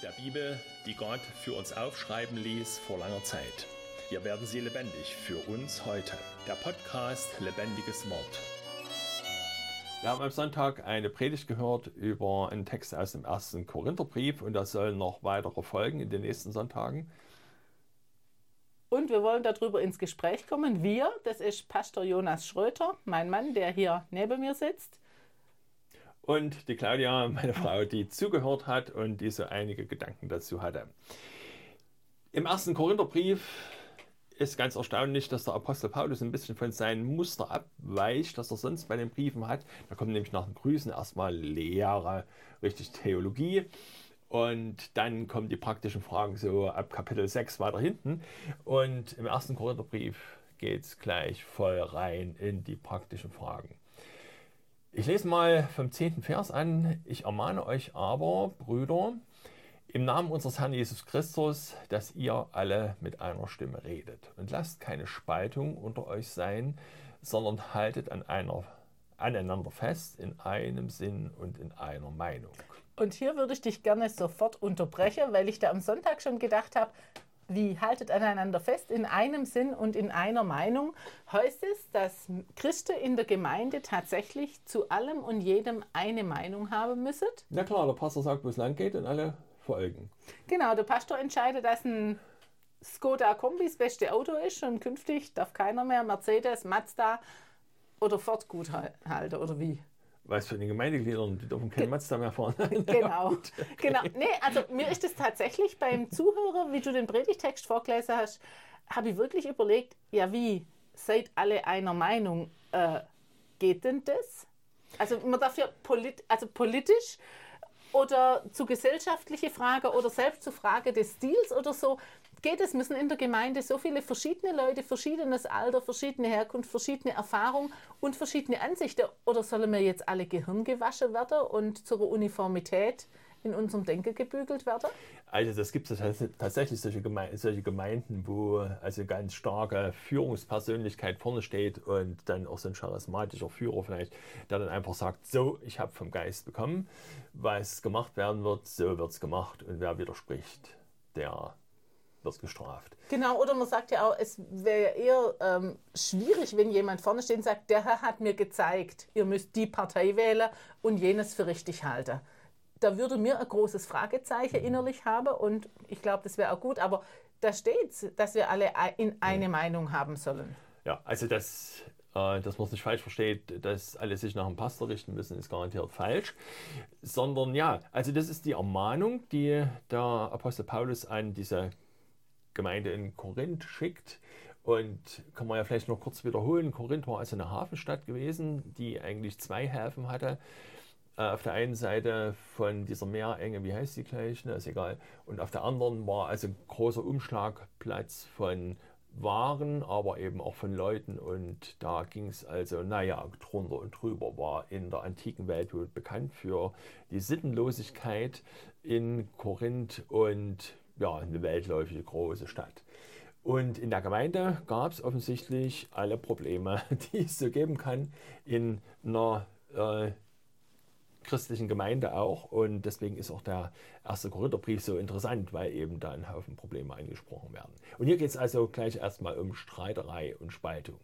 der Bibel, die Gott für uns aufschreiben ließ vor langer Zeit. Hier werden sie lebendig für uns heute. Der Podcast Lebendiges Wort. Wir haben am Sonntag eine Predigt gehört über einen Text aus dem 1. Korintherbrief und da sollen noch weitere folgen in den nächsten Sonntagen. Und wir wollen darüber ins Gespräch kommen. Wir, das ist Pastor Jonas Schröter, mein Mann, der hier neben mir sitzt. Und die Claudia, meine Frau, die zugehört hat und die so einige Gedanken dazu hatte. Im 1. Korintherbrief ist ganz erstaunlich, dass der Apostel Paulus ein bisschen von seinem Muster abweicht, das er sonst bei den Briefen hat. Da kommt nämlich nach den Grüßen erstmal Lehre, richtig Theologie. Und dann kommen die praktischen Fragen so ab Kapitel 6 weiter hinten. Und im 1. Korintherbrief geht es gleich voll rein in die praktischen Fragen. Ich lese mal vom 10. Vers an. Ich ermahne euch aber, Brüder, im Namen unseres Herrn Jesus Christus, dass ihr alle mit einer Stimme redet. Und lasst keine Spaltung unter euch sein, sondern haltet aneinander fest in einem Sinn und in einer Meinung. Und hier würde ich dich gerne sofort unterbrechen, weil ich da am Sonntag schon gedacht habe, wie haltet aneinander fest in einem Sinn und in einer Meinung? Heißt es, dass Christen in der Gemeinde tatsächlich zu allem und jedem eine Meinung haben müssen? Na klar, der Pastor sagt, wo es lang geht und alle folgen. Genau, der Pastor entscheidet, dass ein Skoda Kombi das beste Auto ist und künftig darf keiner mehr Mercedes, Mazda oder Ford gut halten, oder wie? Was für die Gemeindeglieder, die dürfen kein Mazda mehr fahren. Genau. Genau. Nee, also mir ist es tatsächlich beim Zuhörer, wie du den Predigtext vorgelesen hast, habe ich wirklich überlegt, ja wie, seid alle einer Meinung, geht denn das? Also man darf ja politisch oder zu gesellschaftliche Frage oder selbst zur Frage des Stils oder so, geht es, müssen in der Gemeinde so viele verschiedene Leute, verschiedenes Alter, verschiedene Herkunft, verschiedene Erfahrungen und verschiedene Ansichten, oder sollen wir jetzt alle Gehirn gewaschen werden und zur Uniformität in unserem Denken gebügelt werden? Also das gibt es tatsächlich solche Gemeinden, wo also ganz starke Führungspersönlichkeit vorne steht und dann auch so ein charismatischer Führer vielleicht, der dann einfach sagt, so, ich habe vom Geist bekommen, was gemacht werden wird, so wird es gemacht und wer widerspricht, der wird gestraft. Genau, oder man sagt ja auch, es wäre eher schwierig, wenn jemand vorne steht und sagt, der Herr hat mir gezeigt, ihr müsst die Partei wählen und jenes für richtig halten. Da würde mir ein großes Fragezeichen innerlich haben und ich glaube, das wäre auch gut, aber da steht, dass wir alle in eine Meinung haben sollen. Ja, also dass man es nicht falsch versteht, dass alle sich nach dem Pastor richten müssen, ist garantiert falsch. Sondern ja, also das ist die Ermahnung, die der Apostel Paulus an diese Gemeinde in Korinth schickt. Und kann man ja vielleicht noch kurz wiederholen, Korinth war also eine Hafenstadt gewesen, die eigentlich zwei Häfen hatte. Auf der einen Seite von dieser Meerenge, wie heißt die gleich, ist egal. Und auf der anderen war also ein großer Umschlagplatz von Waren, aber eben auch von Leuten. Und da ging es also, drunter und drüber, war in der antiken Welt wohl bekannt für die Sittenlosigkeit in Korinth und ja, eine weltläufige große Stadt. Und in der Gemeinde gab es offensichtlich alle Probleme, die es so geben kann in einer christlichen Gemeinde auch. Und deswegen ist auch der 1. Korintherbrief so interessant, weil eben da ein Haufen Probleme angesprochen werden. Und hier geht es also gleich erstmal um Streiterei und Spaltung.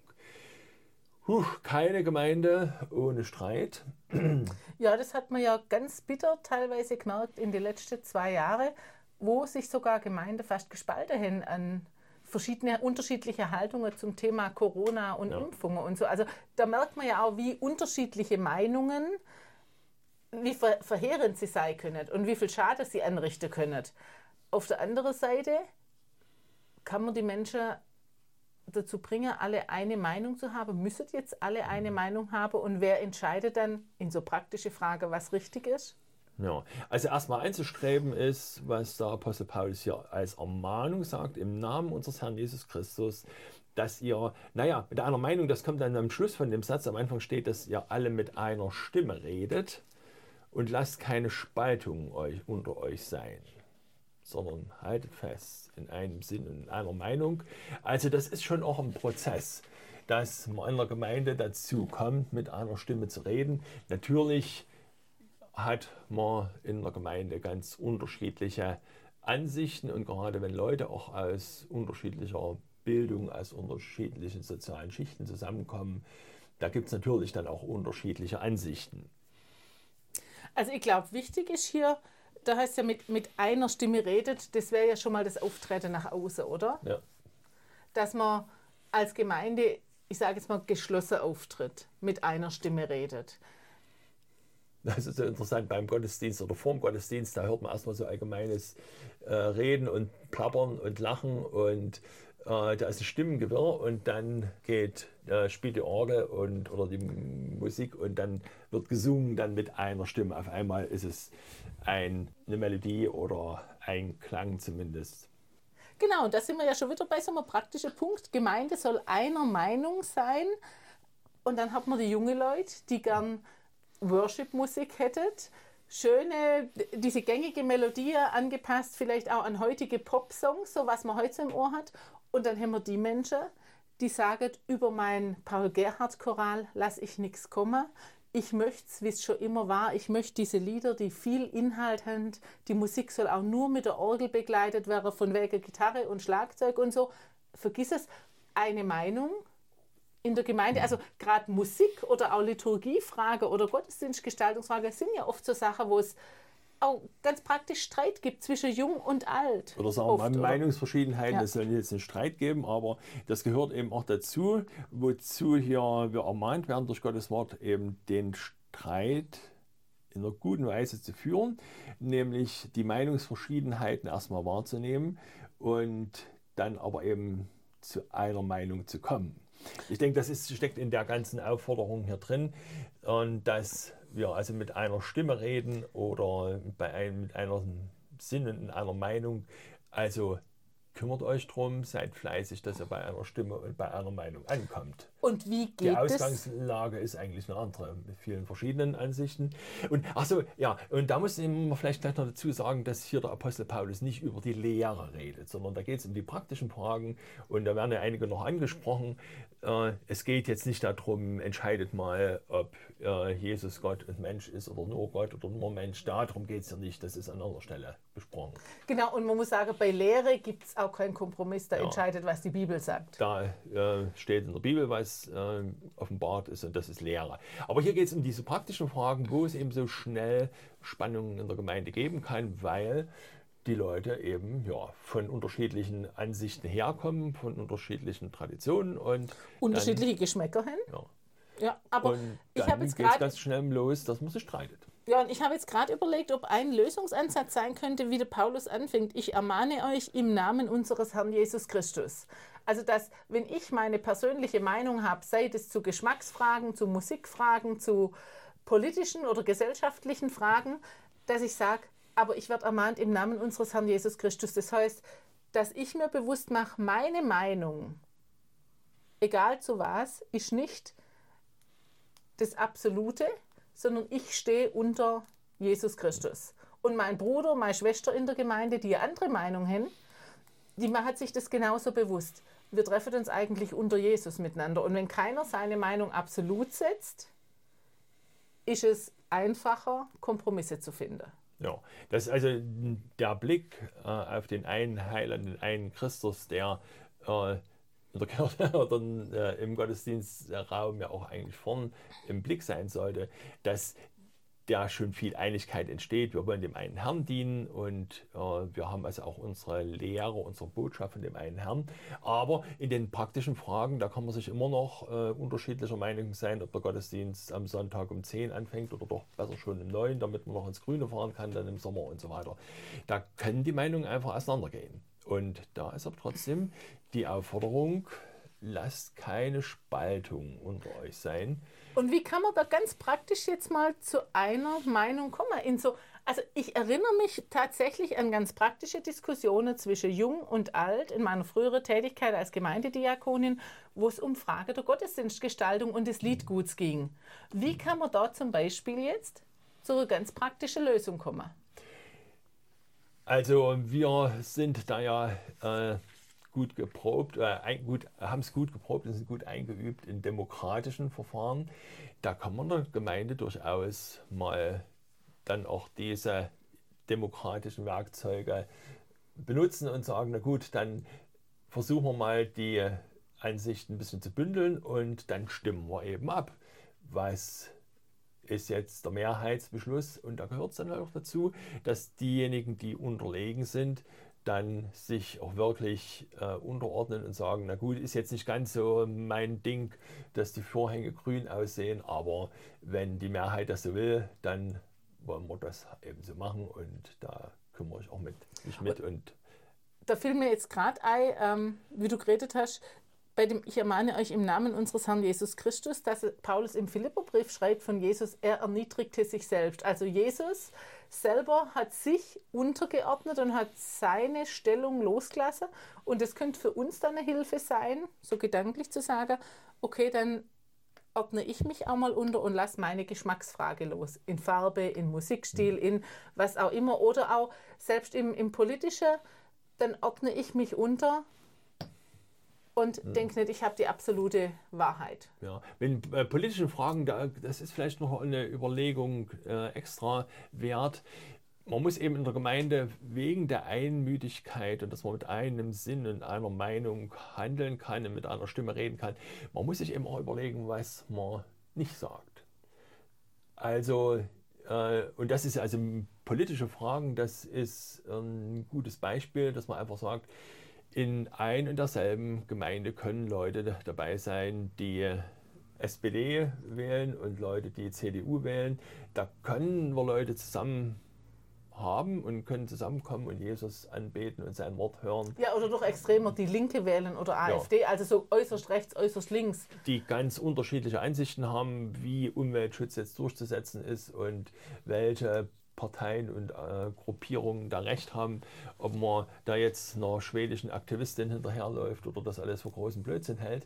Keine Gemeinde ohne Streit. Ja, das hat man ja ganz bitter teilweise gemerkt in den letzten 2 Jahren, wo sich sogar Gemeinden fast gespalten haben an verschiedene unterschiedliche Haltungen zum Thema Corona und Impfungen und so. Also da merkt man ja auch, wie unterschiedliche Meinungen, wie verheerend sie sein können und wie viel Schaden sie anrichten können. Auf der anderen Seite kann man die Menschen dazu bringen, alle eine Meinung zu haben. Müssen jetzt alle eine Meinung haben und wer entscheidet dann in so praktische Frage, was richtig ist? Ja, also erstmal anzustreben ist, was der Apostel Paulus hier als Ermahnung sagt, im Namen unseres Herrn Jesus Christus, dass ihr, mit einer Meinung, das kommt dann am Schluss von dem Satz, am Anfang steht, dass ihr alle mit einer Stimme redet und lasst keine Spaltung unter euch sein, sondern haltet fest in einem Sinn und in einer Meinung. Also das ist schon auch ein Prozess, dass man in der Gemeinde dazu kommt, mit einer Stimme zu reden. Natürlich hat man in der Gemeinde ganz unterschiedliche Ansichten und gerade wenn Leute auch aus unterschiedlicher Bildung, aus unterschiedlichen sozialen Schichten zusammenkommen, da gibt es natürlich dann auch unterschiedliche Ansichten. Also ich glaube, wichtig ist hier, da heißt ja mit einer Stimme redet, das wäre ja schon mal das Auftreten nach außen, oder? Ja. Dass man als Gemeinde, ich sage jetzt mal, geschlossen auftritt, mit einer Stimme redet. Das ist so interessant beim Gottesdienst oder vorm Gottesdienst, da hört man erstmal so allgemeines Reden und Plappern und Lachen und da ist ein Stimmengewirr und dann spielt die Orgel oder die Musik und dann wird gesungen dann mit einer Stimme. Auf einmal ist es eine Melodie oder ein Klang zumindest. Genau, da sind wir ja schon wieder bei so einem praktischen Punkt. Gemeinde soll einer Meinung sein und dann hat man die jungen Leute, die gern Worship-Musik hätten. Schöne, diese gängige Melodie angepasst, vielleicht auch an heutige Pop-Songs, so was man heute so im Ohr hat. Und dann haben wir die Menschen, die sagen, über mein Paul-Gerhardt-Choral lasse ich nichts kommen. Ich möchte es, wie es schon immer war, ich möchte diese Lieder, die viel Inhalt haben. Die Musik soll auch nur mit der Orgel begleitet werden, von wegen Gitarre und Schlagzeug und so. Vergiss es, eine Meinung in der Gemeinde, also gerade Musik oder auch Liturgiefrage oder Gottesdienstgestaltungsfrage sind ja oft so Sachen, wo es auch ganz praktisch Streit gibt zwischen Jung und Alt. Oder sagen wir mal Meinungsverschiedenheiten, es soll jetzt einen Streit geben, aber das gehört eben auch dazu, wozu hier wir ermahnt werden durch Gottes Wort, eben den Streit in einer guten Weise zu führen, nämlich die Meinungsverschiedenheiten erstmal wahrzunehmen und dann aber eben zu einer Meinung zu kommen. Ich denke, steckt in der ganzen Aufforderung hier drin, und dass wir also mit einer Stimme reden oder mit einer Sinn und in einer Meinung. Also kümmert euch drum, seid fleißig, dass ihr bei einer Stimme und bei einer Meinung ankommt. Und wie geht Die Ausgangslage ist eigentlich eine andere, mit vielen verschiedenen Ansichten. Und und da muss man vielleicht gleich noch dazu sagen, dass hier der Apostel Paulus nicht über die Lehre redet, sondern da geht es um die praktischen Fragen und da werden ja einige noch angesprochen. Es geht jetzt nicht darum, entscheidet mal, ob Jesus Gott und Mensch ist oder nur Gott oder nur Mensch. Darum geht es ja nicht, das ist an anderer Stelle besprochen. Genau, und man muss sagen, bei Lehre gibt es auch keinen Kompromiss, da entscheidet, was die Bibel sagt. Da steht in der Bibel, was offenbart ist, und das ist Lehre. Aber hier geht es um diese praktischen Fragen, wo es eben so schnell Spannungen in der Gemeinde geben kann, weil die Leute eben von unterschiedlichen Ansichten herkommen, von unterschiedlichen Traditionen und unterschiedliche Geschmäcker haben. Ja, aber und dann geht es ganz schnell los, dass man sich streitet. Ja, und ich habe jetzt gerade überlegt, ob ein Lösungsansatz sein könnte, wie der Paulus anfängt. Ich ermahne euch im Namen unseres Herrn Jesus Christus. Also, dass, wenn ich meine persönliche Meinung habe, sei es zu Geschmacksfragen, zu Musikfragen, zu politischen oder gesellschaftlichen Fragen, dass ich sage, aber ich werde ermahnt im Namen unseres Herrn Jesus Christus. Das heißt, dass ich mir bewusst mache, meine Meinung, egal zu was, ist nicht das Absolute, sondern ich stehe unter Jesus Christus. Und mein Bruder, meine Schwester in der Gemeinde, die eine andere Meinung haben, die macht sich das genauso bewusst. Wir treffen uns eigentlich unter Jesus miteinander. Und wenn keiner seine Meinung absolut setzt, ist es einfacher, Kompromisse zu finden. Ja, das ist also der Blick auf den einen Heiland, den einen Christus, der in der Kirche oder im Gottesdienstraum ja auch eigentlich vorn im Blick sein sollte, dass da schon viel Einigkeit entsteht. Wir wollen dem einen Herrn dienen und wir haben also auch unsere Lehre, unsere Botschaft von dem einen Herrn. Aber in den praktischen Fragen, da kann man sich immer noch unterschiedlicher Meinung sein, ob der Gottesdienst am Sonntag um 10 anfängt oder doch besser schon um 9, damit man noch ins Grüne fahren kann, dann im Sommer und so weiter. Da können die Meinungen einfach auseinandergehen. Und da ist aber trotzdem die Aufforderung, lasst keine Spaltung unter euch sein. Und wie kann man da ganz praktisch jetzt mal zu einer Meinung kommen? Also ich erinnere mich tatsächlich an ganz praktische Diskussionen zwischen Jung und Alt in meiner früheren Tätigkeit als Gemeindediakonin, wo es um Frage der Gottesdienstgestaltung und des Liedguts ging. Wie kann man da zum Beispiel jetzt zu einer ganz praktischen Lösung kommen? Also wir sind da ja gut geprobt, haben es gut geprobt und sind gut eingeübt in demokratischen Verfahren. Da kann man der Gemeinde durchaus mal dann auch diese demokratischen Werkzeuge benutzen und sagen, na gut, dann versuchen wir mal die Ansichten ein bisschen zu bündeln und dann stimmen wir eben ab. Was ist jetzt der Mehrheitsbeschluss? Und da gehört es dann auch dazu, dass diejenigen, die unterlegen sind, dann sich auch wirklich unterordnen und sagen, na gut, ist jetzt nicht ganz so mein Ding, dass die Vorhänge grün aussehen, aber wenn die Mehrheit das so will, dann wollen wir das eben so machen und da kümmere ich auch mich mit. Und da fiel mir jetzt gerade ein, wie du geredet hast, ich ermahne euch im Namen unseres Herrn Jesus Christus, dass Paulus im Philipperbrief schreibt von Jesus, er erniedrigte sich selbst. Also Jesus selber hat sich untergeordnet und hat seine Stellung losgelassen. Und das könnte für uns dann eine Hilfe sein, so gedanklich zu sagen, okay, dann ordne ich mich auch mal unter und lasse meine Geschmacksfrage los. In Farbe, in Musikstil, in was auch immer. Oder auch selbst im Politischen, dann ordne ich mich unter und denke nicht, ich habe die absolute Wahrheit. Ja, wenn politische Fragen, das ist vielleicht noch eine Überlegung extra wert. Man muss eben in der Gemeinde wegen der Einmütigkeit und dass man mit einem Sinn und einer Meinung handeln kann und mit einer Stimme reden kann, man muss sich eben auch überlegen, was man nicht sagt. Also, und das ist also politische Fragen, das ist ein gutes Beispiel, dass man einfach sagt, in ein und derselben Gemeinde können Leute dabei sein, die SPD wählen und Leute, die CDU wählen. Da können wir Leute zusammen haben und können zusammenkommen und Jesus anbeten und sein Wort hören. Ja, oder doch extremer die Linke wählen oder AfD, also so äußerst rechts, äußerst links. Die ganz unterschiedliche Ansichten haben, wie Umweltschutz jetzt durchzusetzen ist und welche Parteien und Gruppierungen da recht haben, ob man da jetzt einer schwedischen Aktivistin hinterherläuft oder das alles für großen Blödsinn hält.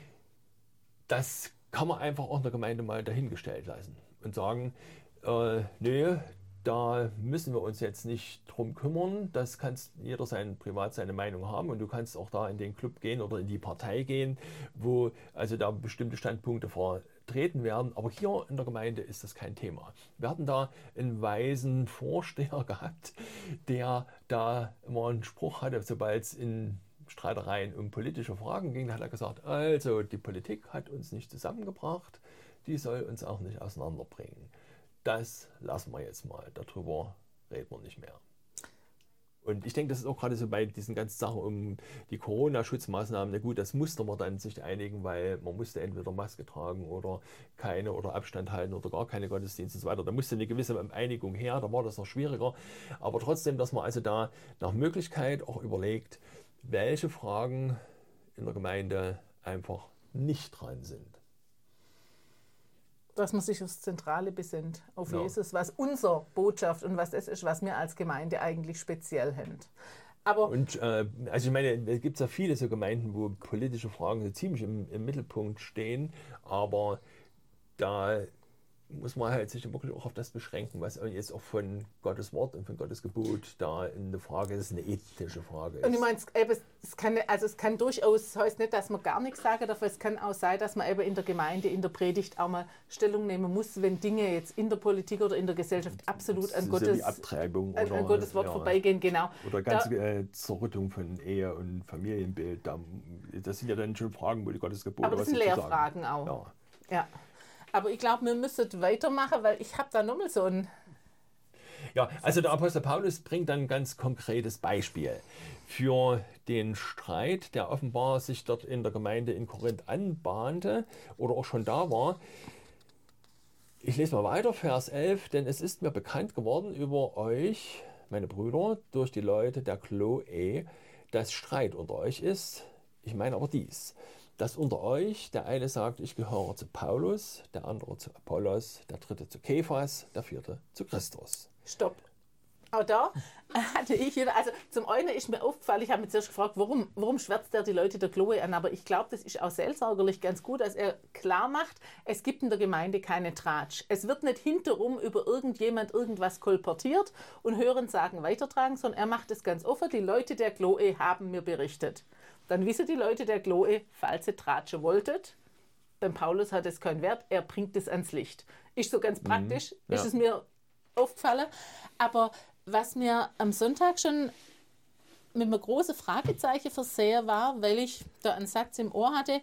Das kann man einfach auch in der Gemeinde mal dahingestellt lassen und sagen, nee, da müssen wir uns jetzt nicht drum kümmern. Das kann jeder privat seine Meinung haben und du kannst auch da in den Club gehen oder in die Partei gehen, wo also da bestimmte Standpunkte vertreten werden. Aber hier in der Gemeinde ist das kein Thema. Wir hatten da einen weisen Vorsteher gehabt, der da immer einen Spruch hatte, sobald es in Streitereien um politische Fragen ging, hat er gesagt, also die Politik hat uns nicht zusammengebracht, die soll uns auch nicht auseinanderbringen. Das lassen wir jetzt mal, darüber reden wir nicht mehr. Und ich denke, das ist auch gerade so bei diesen ganzen Sachen um die Corona-Schutzmaßnahmen, na gut, das musste man dann sich einigen, weil man musste entweder Maske tragen oder keine oder Abstand halten oder gar keine Gottesdienste und so weiter. Da musste eine gewisse Einigung her, da war das noch schwieriger. Aber trotzdem, dass man also da nach Möglichkeit auch überlegt, welche Fragen in der Gemeinde einfach nicht dran sind. Dass man sich aufs Zentrale besinnt, auf Jesus, was unsere Botschaft und was das ist, was wir als Gemeinde eigentlich speziell haben. Aber und also ich meine, es gibt ja viele so Gemeinden, wo politische Fragen so ziemlich im Mittelpunkt stehen, aber da muss man halt sich wirklich auch auf das beschränken, was jetzt auch von Gottes Wort und von Gottes Gebot da eine Frage ist, eine ethische Frage ist. Und ich meine, es kann durchaus, das heißt nicht, dass man gar nichts sagen darf, es kann auch sein, dass man eben in der Gemeinde, in der Predigt auch mal Stellung nehmen muss, wenn Dinge jetzt in der Politik oder in der Gesellschaft absolut an Gottes, Abtreibung an Gottes Wort vorbeigehen, genau. Oder ganze Zerrüttung von Ehe und Familienbild, das sind ja dann schon Fragen, wo die Gottes Gebote aber das sind Lehrfragen auch. Ja. Aber ich glaube, wir müssen weitermachen, weil ich habe da nochmal so ein... Ja, also der Apostel Paulus bringt dann ein ganz konkretes Beispiel für den Streit, der offenbar sich dort in der Gemeinde in Korinth anbahnte oder auch schon da war. Ich lese mal weiter, Vers 11, denn es ist mir bekannt geworden über euch, meine Brüder, durch die Leute der Chloe, dass Streit unter euch ist. Ich meine aber dies, dass unter euch der eine sagt, ich gehöre zu Paulus, der andere zu Apollos, der dritte zu Kephas, der vierte zu Christus. Stopp. Auch da hatte ich, also zum einen ist mir aufgefallen, ich habe mich zuerst gefragt, warum schwärzt der die Leute der Chloe an, aber ich glaube, das ist auch seelsorgerlich ganz gut, dass er klar macht, es gibt in der Gemeinde keine Tratsch. Es wird nicht hinterrum über irgendjemand irgendwas kolportiert und hören, sagen, weitertragen, sondern er macht es ganz offen, die Leute der Chloe haben mir berichtet. Dann wissen die Leute der Chloe, falls ihr Tratschen wolltet, beim Paulus hat es keinen Wert, er bringt es ans Licht. Ist so ganz praktisch, ist es mir aufgefallen. Aber was mir am Sonntag schon mit einem großen Fragezeichen versehen war, weil ich da einen Satz im Ohr hatte.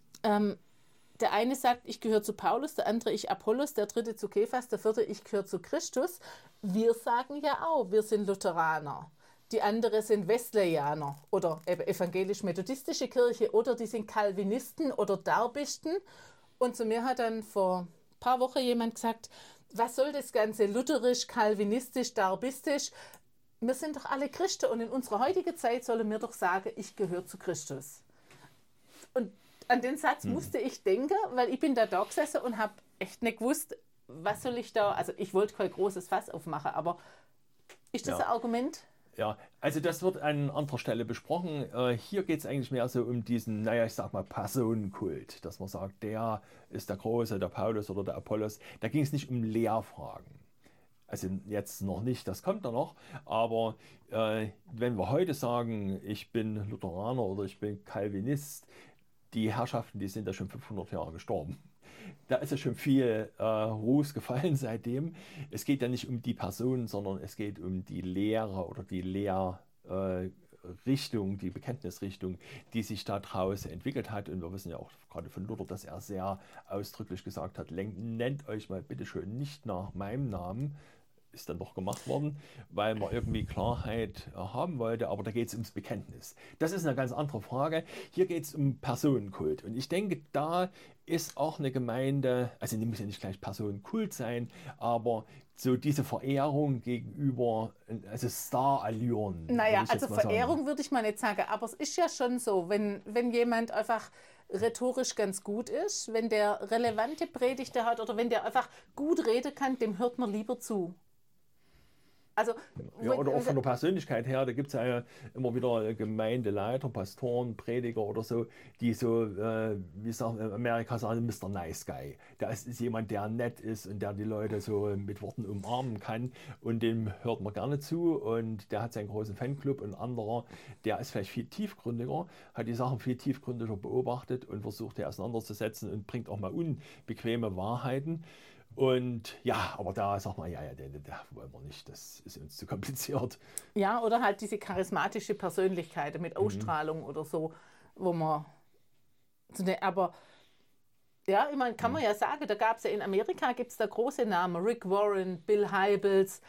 Der eine sagt, ich gehöre zu Paulus, der andere ich Apollos, der dritte zu Kephas, der vierte ich gehöre zu Christus. Wir sagen ja auch, wir sind Lutheraner. Die anderen sind Wesleyaner oder eben evangelisch-methodistische Kirche oder die sind Calvinisten oder Darbisten. Und zu mir hat dann vor ein paar Wochen jemand gesagt, was soll das Ganze lutherisch, kalvinistisch, darbistisch? Wir sind doch alle Christen und in unserer heutigen Zeit sollen wir doch sagen, ich gehöre zu Christus. Und an den Satz musste ich denken, weil ich bin da gesessen und habe echt nicht gewusst, was soll ich da, also ich wollte kein großes Fass aufmachen, aber ist das ein Argument? Ja, also das wird an anderer Stelle besprochen. Hier geht es eigentlich mehr so um diesen, naja, ich sag mal Personenkult, dass man sagt, der ist der Große, der Paulus oder der Apollos. Da ging es nicht um Lehrfragen. Also jetzt noch nicht, das kommt da noch. Aber wenn wir heute sagen, ich bin Lutheraner oder ich bin Calvinist, die Herrschaften, die sind ja schon 500 Jahre gestorben. Da ist ja schon viel Ruß gefallen seitdem. Es geht ja nicht um die Person, sondern es geht um die Lehre oder die Lehrrichtung, die Bekenntnisrichtung, die sich daraus entwickelt hat. Und wir wissen ja auch gerade von Luther, dass er sehr ausdrücklich gesagt hat, nennt euch mal bitte schön nicht nach meinem Namen. Ist dann doch gemacht worden, weil man irgendwie Klarheit haben wollte, aber da geht es ums Bekenntnis. Das ist eine ganz andere Frage. Hier geht es um Personenkult. Und ich denke, da ist auch eine Gemeinde, also die muss ja nicht gleich Personenkult sein, aber so diese Verehrung gegenüber, also Star-Allüren. Naja, also Verehrung würde ich mal nicht sagen, aber es ist ja schon so, wenn jemand einfach rhetorisch ganz gut ist, wenn der relevante Predigte hat oder wenn der einfach gut reden kann, dem hört man lieber zu. Also, ja, oder auch von der Persönlichkeit her, da gibt es ja immer wieder Gemeindeleiter, Pastoren, Prediger oder so, die so, wie sagen in Amerika sagen, Mr. Nice Guy. Der ist jemand, der nett ist und der die Leute so mit Worten umarmen kann und dem hört man gerne zu und der hat seinen großen Fanclub und ein anderer, der ist vielleicht viel tiefgründiger, hat die Sachen viel tiefgründiger beobachtet und versucht, die auseinanderzusetzen und bringt auch mal unbequeme Wahrheiten. Und ja, aber da sagt man, ja, da wollen wir nicht, das ist uns zu kompliziert. Ja, oder halt diese charismatische Persönlichkeit mit Ausstrahlung oder so, wo man. Aber ja, ich meine, kann man ja sagen, da gab es ja in Amerika gibt es da große Namen, Rick Warren, Bill Hybels,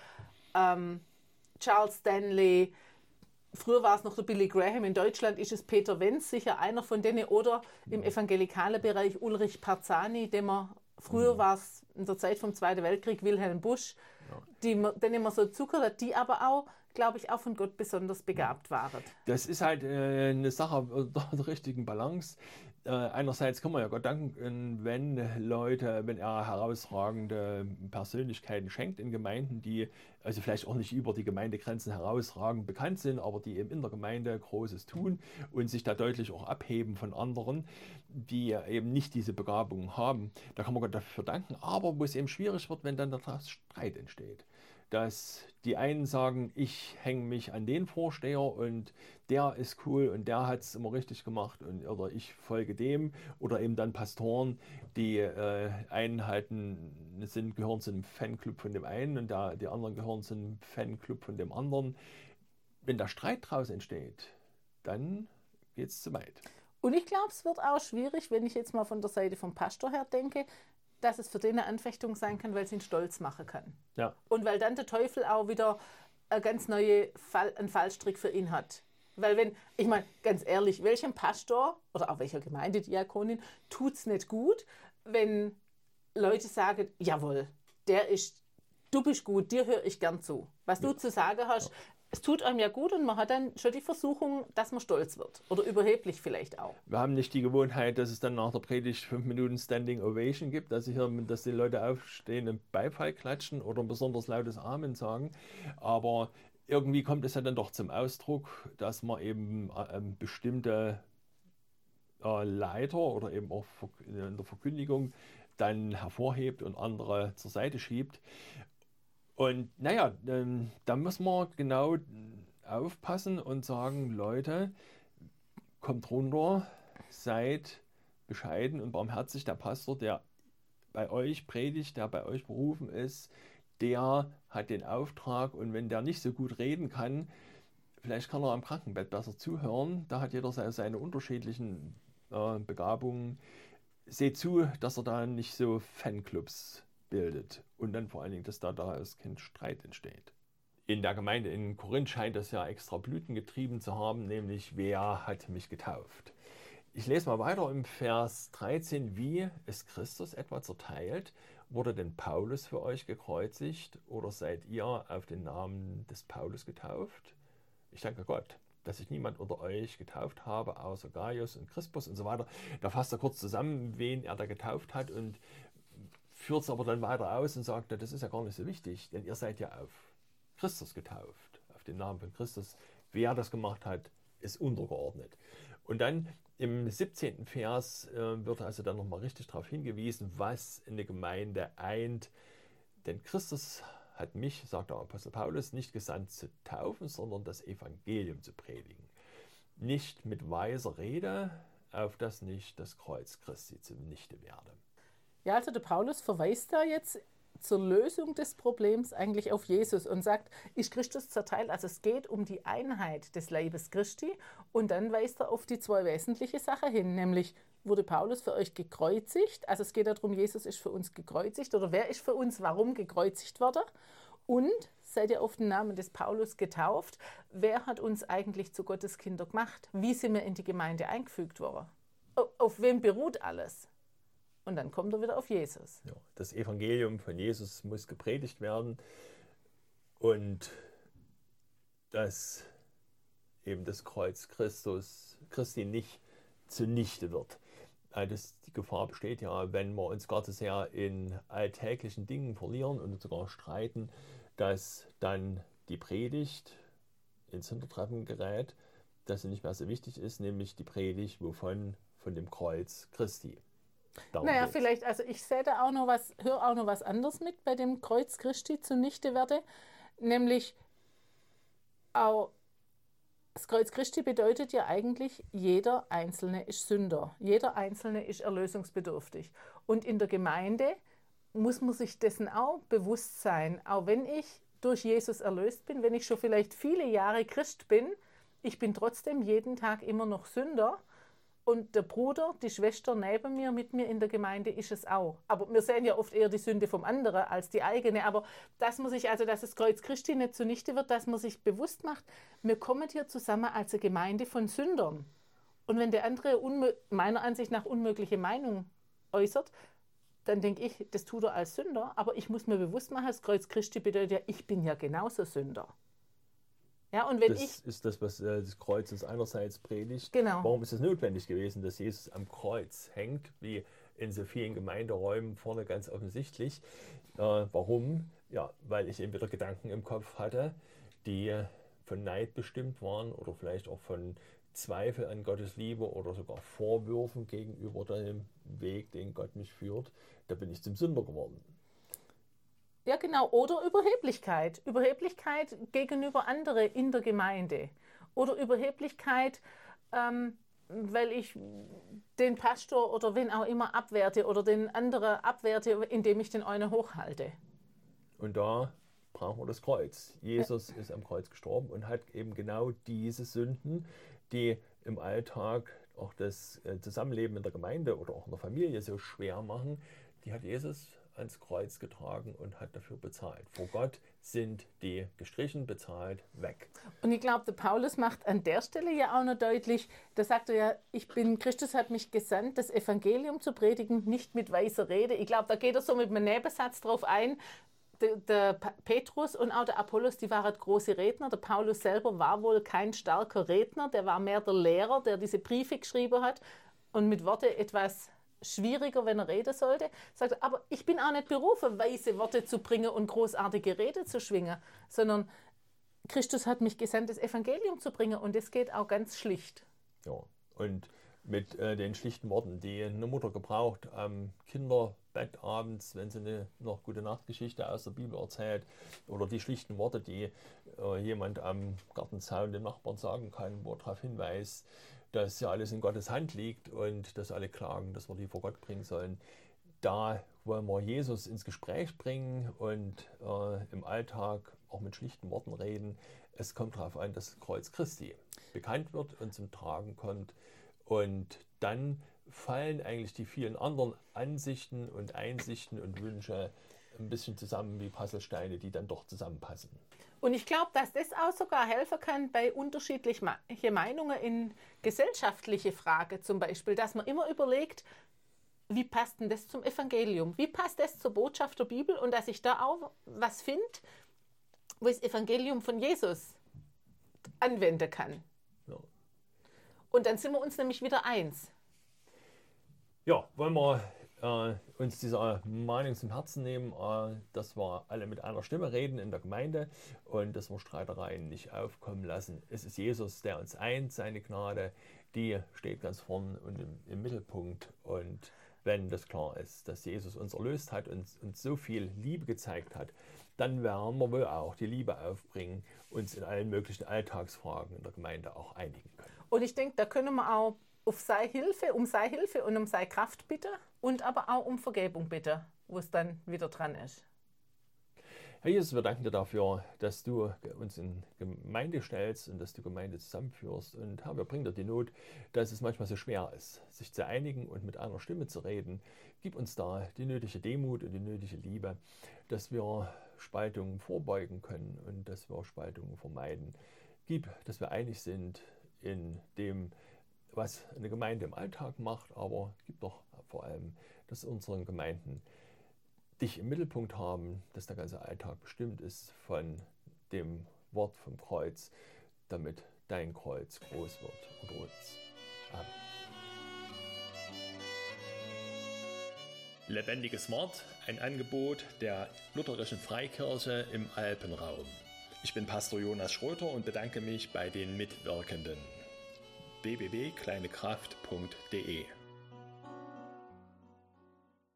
Charles Stanley. Früher war es noch der Billy Graham, in Deutschland ist es Peter Wenz, sicher einer von denen, oder im evangelikalen Bereich Ulrich Parzani, früher war es in der Zeit vom Zweiten Weltkrieg Wilhelm Busch, denen man so zugehört hat, die aber auch, glaube ich, auch von Gott besonders begabt waren. Das ist halt eine Sache der richtigen Balance. Einerseits kann man ja Gott danken, wenn er herausragende Persönlichkeiten schenkt in Gemeinden, die also vielleicht auch nicht über die Gemeindegrenzen herausragend bekannt sind, aber die eben in der Gemeinde Großes tun und sich da deutlich auch abheben von anderen, die eben nicht diese Begabung haben. Da kann man Gott dafür danken, aber wo es eben schwierig wird, wenn dann daraus Streit entsteht. Dass die einen sagen, ich hänge mich an den Vorsteher und der ist cool und der hat es immer richtig gemacht oder ich folge dem, oder eben dann Pastoren, die einen gehören zu einem Fanclub von dem einen und die anderen gehören zu einem Fanclub von dem anderen. Wenn da Streit draus entsteht, dann geht es zu weit. Und ich glaube, es wird auch schwierig, wenn ich jetzt mal von der Seite vom Pastor her denke, dass es für den eine Anfechtung sein kann, weil es ihn stolz machen kann. Ja. Und weil dann der Teufel auch wieder eine ganz neue einen Fallstrick für ihn hat. Weil ich meine, ganz ehrlich, welchem Pastor oder auch welcher Gemeindediakonin tut es nicht gut, wenn Leute sagen, jawohl, du bist gut, dir höre ich gern zu. Was du zu sagen hast, es tut einem ja gut und man hat dann schon die Versuchung, dass man stolz wird. Oder überheblich vielleicht auch. Wir haben nicht die Gewohnheit, dass es dann nach der Predigt 5 Minuten Standing Ovation gibt, dass die Leute aufstehen und Beifall klatschen oder ein besonders lautes Amen sagen. Aber irgendwie kommt es ja dann doch zum Ausdruck, dass man eben bestimmte Leiter oder eben auch in der Verkündigung dann hervorhebt und andere zur Seite schiebt. Und naja, da muss man genau aufpassen und sagen, Leute, kommt runter, seid bescheiden und barmherzig. Der Pastor, der bei euch predigt, der bei euch berufen ist, der hat den Auftrag, und wenn der nicht so gut reden kann, vielleicht kann er am Krankenbett besser zuhören. Da hat jeder seine unterschiedlichen Begabungen. Seht zu, dass er da nicht so Fanclubs bildet und dann vor allen Dingen, dass daraus kein Streit entsteht. In der Gemeinde in Korinth scheint das ja extra Blüten getrieben zu haben, nämlich wer hat mich getauft. Ich lese mal weiter im Vers 13. Wie ist Christus etwa zerteilt? Wurde denn Paulus für euch gekreuzigt oder seid ihr auf den Namen des Paulus getauft? Ich danke Gott, dass ich niemand unter euch getauft habe, außer Gaius und Crispus und so weiter. Da fasst er kurz zusammen, wen er da getauft hat und führt es aber dann weiter aus und sagt, das ist ja gar nicht so wichtig, denn ihr seid ja auf Christus getauft, auf den Namen von Christus. Wer das gemacht hat, ist untergeordnet. Und dann im 17. Vers wird also dann nochmal richtig darauf hingewiesen, was eine Gemeinde eint. Denn Christus hat mich, sagt der Apostel Paulus, nicht gesandt zu taufen, sondern das Evangelium zu predigen. Nicht mit weiser Rede, auf dass nicht das Kreuz Christi zunichte werde. Ja, also der Paulus verweist da jetzt zur Lösung des Problems eigentlich auf Jesus und sagt, ist Christus zerteilt? Also es geht um die Einheit des Leibes Christi, und dann weist er auf die zwei wesentliche Sachen hin, nämlich wurde Paulus für euch gekreuzigt, also es geht darum, Jesus ist für uns gekreuzigt, oder wer ist für uns warum gekreuzigt worden, und seid ihr auf den Namen des Paulus getauft? Wer hat uns eigentlich zu Gottes Kinder gemacht? Wie sind wir in die Gemeinde eingefügt worden? Auf wem beruht alles? Und dann kommt er wieder auf Jesus. Ja, das Evangelium von Jesus muss gepredigt werden und dass eben das Kreuz Christi nicht zunichte wird. Die Gefahr besteht ja, wenn wir uns gar zu sehr in alltäglichen Dingen verlieren und sogar streiten, dass dann die Predigt ins Hintertreffen gerät, dass sie nicht mehr so wichtig ist, nämlich die Predigt wovon? Von dem Kreuz Christi. Naja, vielleicht, also ich sehe da auch noch was, höre auch noch was anderes mit bei dem Kreuz Christi zunichte werde, nämlich auch das Kreuz Christi bedeutet ja eigentlich, jeder Einzelne ist Sünder, jeder Einzelne ist erlösungsbedürftig. Und in der Gemeinde muss man sich dessen auch bewusst sein, auch wenn ich durch Jesus erlöst bin, wenn ich schon vielleicht viele Jahre Christ bin, ich bin trotzdem jeden Tag immer noch Sünder. Und der Bruder, die Schwester neben mir, mit mir in der Gemeinde ist es auch. Aber wir sehen ja oft eher die Sünde vom anderen als die eigene. Aber dass man sich, also dass das Kreuz Christi nicht zunichte wird, dass man sich bewusst macht, wir kommen hier zusammen als eine Gemeinde von Sündern. Und wenn der andere meiner Ansicht nach unmögliche Meinung äußert, dann denke ich, das tut er als Sünder. Aber ich muss mir bewusst machen, das Kreuz Christi bedeutet ja, ich bin ja genauso Sünder. Ja, und wenn das ist das, was das Kreuz ist einerseits predigt. Genau. Warum ist es notwendig gewesen, dass Jesus am Kreuz hängt, wie in so vielen Gemeinderäumen vorne ganz offensichtlich? Warum? Ja, weil ich eben wieder Gedanken im Kopf hatte, die von Neid bestimmt waren oder vielleicht auch von Zweifel an Gottes Liebe oder sogar Vorwürfen gegenüber dem Weg, den Gott mich führt. Da bin ich zum Sünder geworden. Ja, genau. Oder Überheblichkeit. Überheblichkeit gegenüber anderen in der Gemeinde. Oder Überheblichkeit, weil ich den Pastor oder wen auch immer abwerte oder den anderen abwerte, indem ich den einen hochhalte. Und da brauchen wir das Kreuz. Jesus ist am Kreuz gestorben und hat eben genau diese Sünden, die im Alltag auch das Zusammenleben in der Gemeinde oder auch in der Familie so schwer machen, die hat Jesus ans Kreuz getragen und hat dafür bezahlt. Vor Gott sind die gestrichen, bezahlt, weg. Und ich glaube, der Paulus macht an der Stelle ja auch noch deutlich, da sagt er ja, Christus hat mich gesandt, das Evangelium zu predigen, nicht mit weiser Rede. Ich glaube, da geht er so mit einem Nebensatz drauf ein. Der Petrus und auch der Apollos, die waren große Redner. Der Paulus selber war wohl kein starker Redner, der war mehr der Lehrer, der diese Briefe geschrieben hat und mit Worte etwas schwieriger, wenn er reden sollte. Sagt er, aber ich bin auch nicht berufen, weise Worte zu bringen und großartige Rede zu schwingen, sondern Christus hat mich gesandt, das Evangelium zu bringen, und das geht auch ganz schlicht. Ja, und mit den schlichten Worten, die eine Mutter gebraucht am Kinderbett abends, wenn sie eine noch gute Nachtgeschichte aus der Bibel erzählt, oder die schlichten Worte, die jemand am Gartenzaun dem Nachbarn sagen kann, wo er darauf hinweist, dass ja alles in Gottes Hand liegt und dass alle klagen, dass wir die vor Gott bringen sollen. Da wollen wir Jesus ins Gespräch bringen und im Alltag auch mit schlichten Worten reden. Es kommt darauf an, dass das Kreuz Christi bekannt wird und zum Tragen kommt. Und dann fallen eigentlich die vielen anderen Ansichten und Einsichten und Wünsche ein bisschen zusammen wie Puzzlesteine, die dann doch zusammenpassen. Und ich glaube, dass das auch sogar helfen kann bei unterschiedlichen Meinungen in gesellschaftliche Fragen zum Beispiel, dass man immer überlegt, wie passt denn das zum Evangelium? Wie passt das zur Botschaft der Bibel? Und dass ich da auch was finde, wo ich das Evangelium von Jesus anwenden kann. Ja. Und dann sind wir uns nämlich wieder eins. Ja, wollen wir uns dieser Meinung zum Herzen nehmen, dass wir alle mit einer Stimme reden in der Gemeinde und dass wir Streitereien nicht aufkommen lassen. Es ist Jesus, der uns eint, seine Gnade, die steht ganz vorn und im Mittelpunkt. Und wenn das klar ist, dass Jesus uns erlöst hat und uns so viel Liebe gezeigt hat, dann werden wir wohl auch die Liebe aufbringen, uns in allen möglichen Alltagsfragen in der Gemeinde auch einigen können. Und ich denke, da können wir auch um seine Hilfe und um seine Kraft bitten und aber auch um Vergebung bitten, wo es dann wieder dran ist. Herr Jesus, wir danken dir dafür, dass du uns in Gemeinde stellst und dass du Gemeinde zusammenführst. Und Herr, wir bringen dir die Not, dass es manchmal so schwer ist, sich zu einigen und mit einer Stimme zu reden. Gib uns da die nötige Demut und die nötige Liebe, dass wir Spaltungen vorbeugen können und dass wir Spaltungen vermeiden. Gib, dass wir einig sind in dem, was eine Gemeinde im Alltag macht, aber gib doch vor allem, dass unsere Gemeinden dich im Mittelpunkt haben, dass der ganze Alltag bestimmt ist von dem Wort vom Kreuz, damit dein Kreuz groß wird unter uns. Amen. Lebendiges Wort, ein Angebot der Lutherischen Freikirche im Alpenraum. Ich bin Pastor Jonas Schröter und bedanke mich bei den Mitwirkenden. www.kleinekraft.de